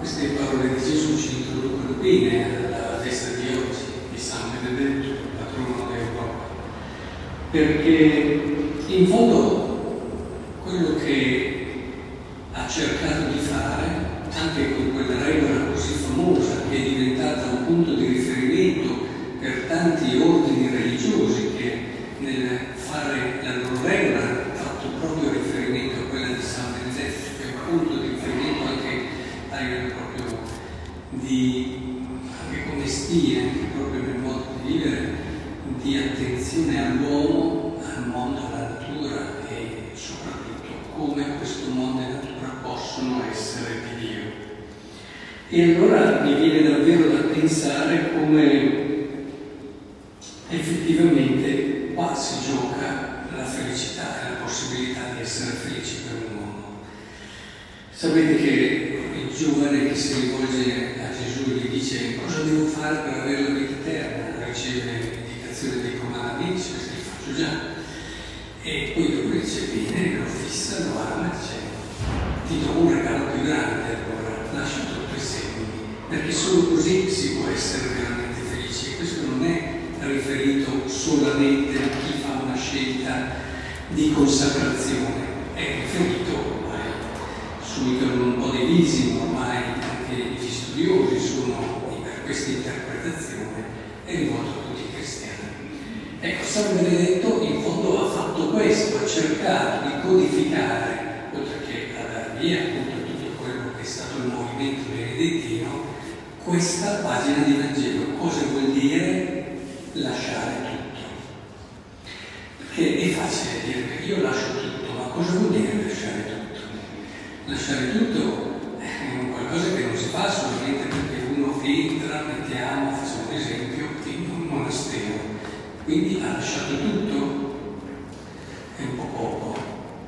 queste parole di Gesù ci introducono bene alla festa di oggi di San Benedetto, patrono d'Europa, perché in fondo quello che ha cercato di fare, anche con quella regola così famosa che è diventata un punto di riferimento per tanti ordini religiosi che nel fare la loro regola hanno fatto proprio riferimento a quella di San Benedetto, che è un punto di riferimento anche a livello proprio anche come stile, anche proprio nel modo di vivere, di attenzione all'uomo, al mondo, alla natura e soprattutto come questo mondo e natura possono essere di Dio. E allora mi viene davvero da pensare come effettivamente qua si gioca la felicità e la possibilità di essere felici per un uomo. Sapete che il giovane che si rivolge a Gesù gli dice: cosa devo fare per avere la vita eterna? Riceve l'indicazione dei comandamenti, questo li faccio già. E poi dopo dice: bene, lo fissa, lo ama, dice: ti do un regalo più grande, allora lascia tutto e seguimi, perché solo così si può essere veramente felici. E questo non è riferito solamente a chi fa una scelta di consacrazione, è riferito ormai, subito un po' divisi, ormai anche gli studiosi sono per questa interpretazione, è rivolto a tutti i cristiani. Ecco, San Benedetto in fondo ha fatto questo, ha cercato di codificare, oltre che a dar via appunto tutto quello che è stato il movimento benedettino, questa pagina di Vangelo. Cosa vuol dire lasciare tutto? Perché è facile dire che io lascio tutto, ma cosa vuol dire lasciare tutto? Lasciare tutto è un qualcosa che non si fa solamente perché uno entra, mettiamo, facciamo un esempio, in un monastero, quindi ha lasciato tutto, è un po' poco.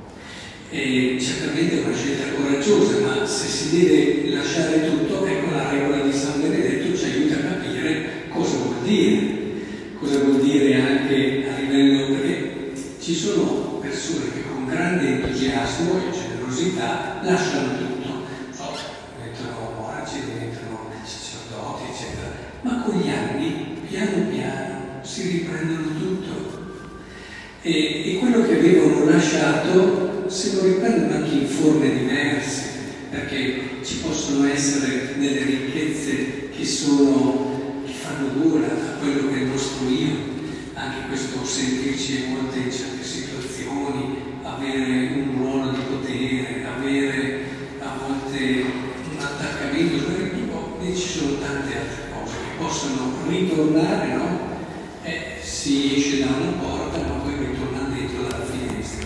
E certamente è una scelta coraggiosa, ma se si deve lasciare tutto, ecco la regola di San Benedetto ci aiuta a capire cosa vuol dire. Cosa vuol dire anche a livello, perché ci sono persone che con grande entusiasmo e generosità lasciano tutto, diventano monaci, diventano sacerdoti, eccetera, ma con gli anni, piano piano, si riprendono tutto. E quello che avevano lasciato se lo riprendono anche in forme diverse, perché ci possono essere delle ricchezze che fanno gola a quello che è il nostro io, anche questo sentirci a volte in certe situazioni, avere un ruolo di potere, avere a volte un attaccamento, e ci sono tante altre cose che possono ritornare, no? Si esce da una porta ma poi ritorna dentro dalla finestra.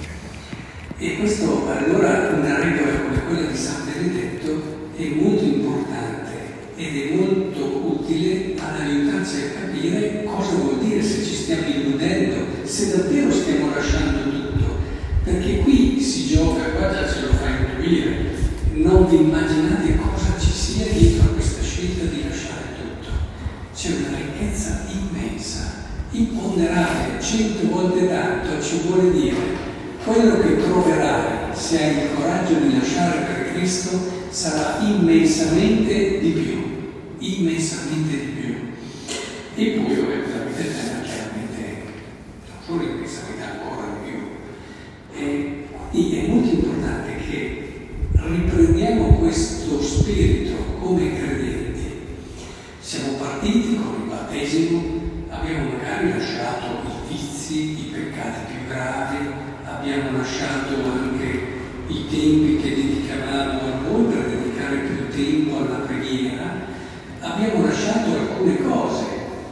E questo allora, una regola come quella di San Benedetto è molto importante ed è molto utile ad aiutarci a capire cosa vuol dire se ci stiamo illudendo, se davvero stiamo lasciando tutto, perché qui si gioca, qua già ce lo fa intuire, non vi immaginate cosa ci sia dietro a questa scelta di lasciare tutto. C'è una ricchezza immensa, imponderabile, 100 volte tanto, ci vuole dire quello che troverai se hai il coraggio di lasciare per Cristo sarà immensamente di più, immensamente di più. E poi la vita eterna chiaramente non solo immensamente ancora di più. E quindi è molto importante che riprendiamo questo spirito come credenti. Siamo partiti con il battesimo, abbiamo magari lasciato i vizi, i peccati più gravi, abbiamo lasciato anche i tempi che dedicavamo a noi per dedicare più tempo alla preghiera, abbiamo lasciato alcune cose,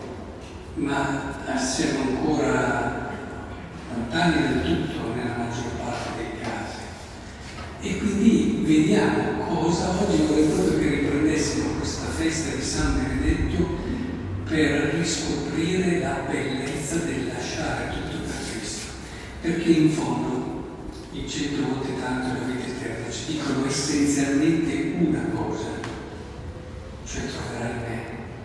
ma siamo ancora lontani del tutto nella maggior parte dei casi. E quindi vediamo cosa oggi vorrei proprio che riprendessimo questa festa di San Benedetto per riscoprire la bellezza del lasciare tutto per Cristo, perché in fondo in 100 volte tanto la vita eterna ci dicono essenzialmente una cosa, cioè troverai me.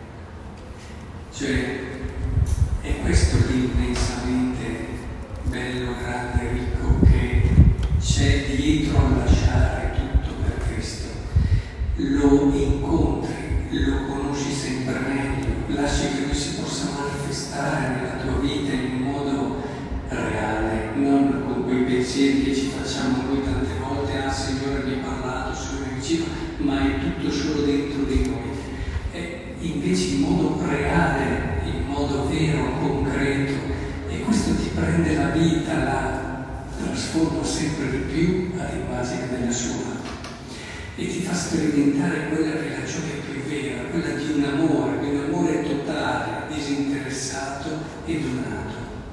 Cioè è questo l'immensamente bello, grande, ricco che c'è dietro a lasciare tutto per Cristo. lo incontri, lo conosci sempre meglio, lasci che lui si possa manifestare nella tua vita in un modo reale, non con quei pensieri che ci facciamo noi tante volte, ah Signore mi hai parlato, Signore mi vicino, ma è tutto solo dentro di noi. E invece in modo reale, in modo vero, concreto, e questo ti prende la vita, la trasforma sempre di più all'immagine della sua e ti fa sperimentare quella che è la gioia più vera, quella di un amore totale, disinteressato e donato.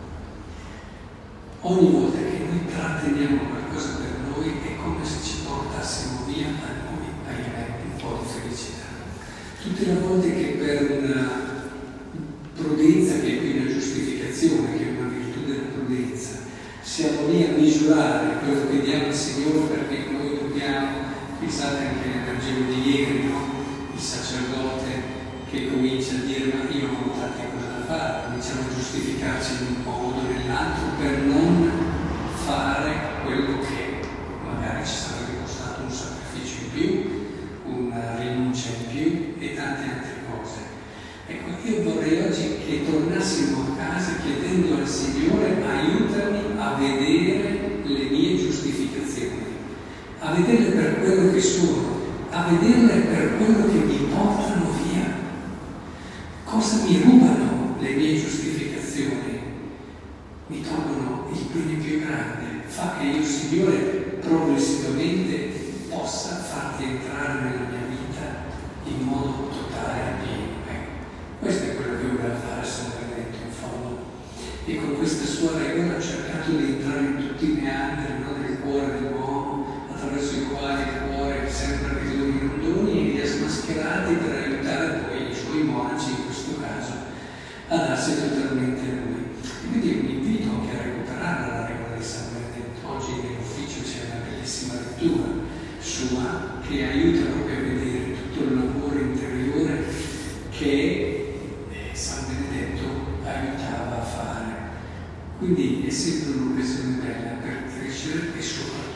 Ogni volta che noi tratteniamo qualcosa per noi è come se ci portassimo via a noi, un po' di felicità. Tutte le volte che per una prudenza, che è qui una giustificazione, che è una virtù della prudenza, siamo lì a misurare quello che diamo al Signore perché noi dobbiamo, pensate anche nell'Evangelo di ieri, no? Il sacerdote che comincia a dire ma io ho tante cose da fare, cominciamo a giustificarci in un modo o nell'altro per non fare quello che magari ci sarebbe costato un sacrificio in più, una rinuncia in più e tante altre cose. Ecco, io vorrei oggi che tornassimo a casa chiedendo al Signore aiutami a vedere le mie giustificazioni, a vederle per quello che sono, a vederle per quello che mi portano via. Cosa mi rubano le mie giustificazioni? Mi tolgono il bene più grande, fa che io, Signore, progressivamente possa farti entrare nella mia vita in modo totale e pieno. Questo è quello che voleva fare San Benedetto in fondo. E con questa sua regola ha cercato di entrare in tutti i meandri, no, del cuore dell'uomo, attraverso i quali il cuore sempre bisogno di rondoni e li ha smascherati per aiutare poi i suoi monaci, in questo caso, a darsi totalmente a lui. E quindi io vi invito anche a recuperare la regola di San Benedetto. Oggi nell'ufficio c'è una bellissima lettura sua che aiuta proprio a vedere tutto il lavoro interiore che San Benedetto aiutava a fare. Quindi è sempre un'occasione bella per crescere e soprattutto